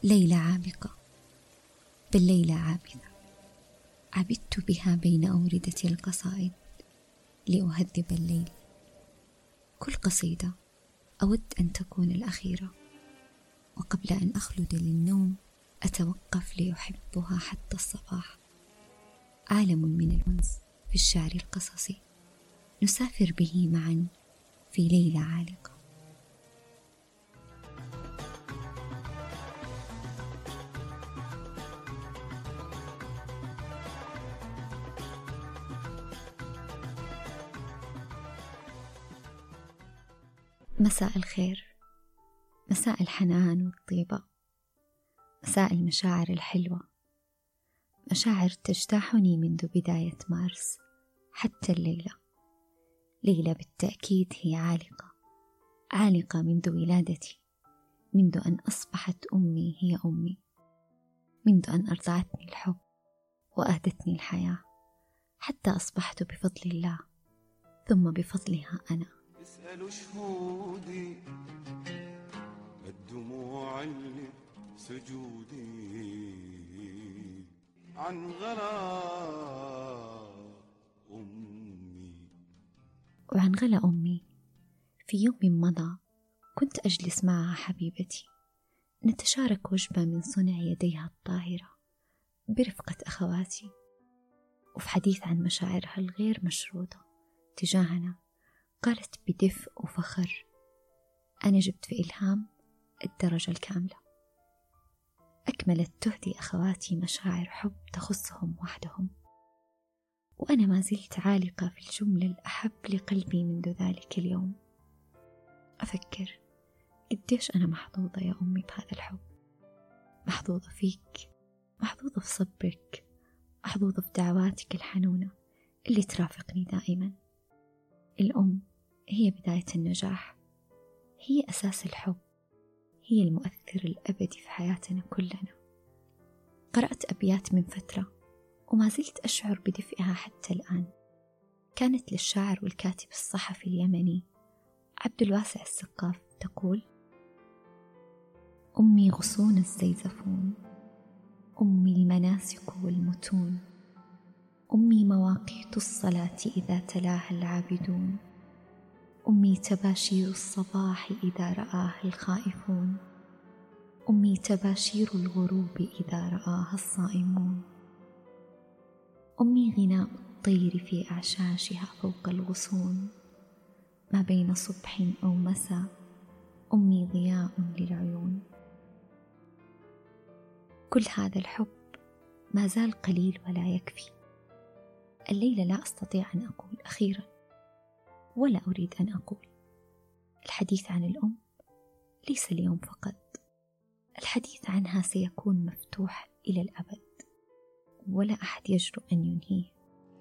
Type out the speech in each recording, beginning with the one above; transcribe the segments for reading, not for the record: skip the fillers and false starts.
ليلة عابقة، بل ليلة عابثة، عبثت بها بين أوردة القصائد لأهذب الليل. كل قصيدة أود أن تكون الأخيرة، وقبل أن أخلد للنوم أتوقف لأحبها حتى الصباح. عالم من الأنس في الشعر القصصي نسافر به معا في ليلة عالقة. مساء الخير، مساء الحنان والطيبة، مساء المشاعر الحلوة، مشاعر تجتاحني منذ بداية مارس حتى الليلة. ليلة بالتأكيد هي عالقة، عالقة منذ ولادتي، منذ أن أصبحت أمي هي أمي، منذ أن أرضعتني الحب وأهدتني الحياة، حتى أصبحت بفضل الله ثم بفضلها أنا. اسألوا شهودي الدموع اللي سجودي عن غلا أمي. وعن غلا أمي، في يوم مضى كنت أجلس معها حبيبتي، نتشارك وجبة من صنع يديها الطاهرة برفقة أخواتي، وفي حديث عن مشاعرها الغير مشروطة تجاهنا قالت بدفء وفخر: أنا جبت في إلهام الدرجة الكاملة. أكملت تهدي أخواتي مشاعر حب تخصهم وحدهم، وأنا ما زلت عالقة في الجملة الأحب لقلبي منذ ذلك اليوم. أفكر قديش أنا محظوظة يا أمي بهذا الحب، محظوظة فيك، محظوظة في صبرك، محظوظة في دعواتك الحنونة اللي ترافقني دائما. الأم هي بداية النجاح، هي أساس الحب، هي المؤثر الأبدي في حياتنا كلنا. قرأت أبيات من فترة وما زلت أشعر بدفئها حتى الآن. كانت للشاعر والكاتب الصحفي اليمني عبد الواسع السقاف، تقول: أمي غصون الزيزفون، أمي المناسك والمتون، أمي مواقيت الصلاة إذا تلاها العابدون، أمي تباشير الصباح إذا رآها الخائفون، أمي تباشير الغروب إذا رآها الصائمون، أمي غناء الطير في أعشاشها فوق الغصون، ما بين صبح أو مساء أمي ضياء للعيون. كل هذا الحب ما زال قليل ولا يكفي. الليلة لا أستطيع أن أقول أخيرا، ولا أريد أن أقول. الحديث عن الأم ليس اليوم فقط، الحديث عنها سيكون مفتوح إلى الأبد، ولا أحد يجرؤ أن ينهيه.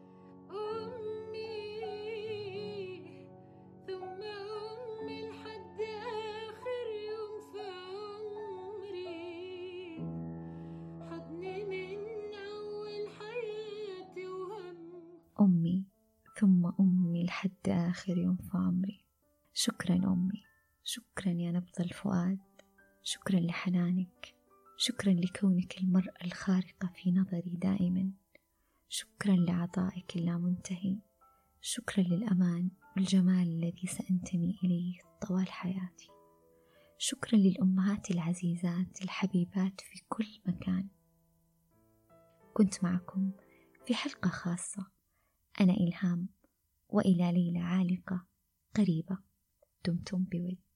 أمي ثم أمي لحد آخر يوم في عمري. شكرا أمي، شكرا يا نبض الفؤاد، شكرا لحنانك، شكرا لكونك المرأة الخارقة في نظري دائما، شكرا لعطائك اللامنتهي، شكرا للأمان والجمال الذي سأنتمي إليه طوال حياتي، شكرا للأمهات العزيزات الحبيبات في كل مكان. كنت معكم في حلقة خاصة، أنا إلهام، وإلى ليلة عالقة قريبة. دمتم بود.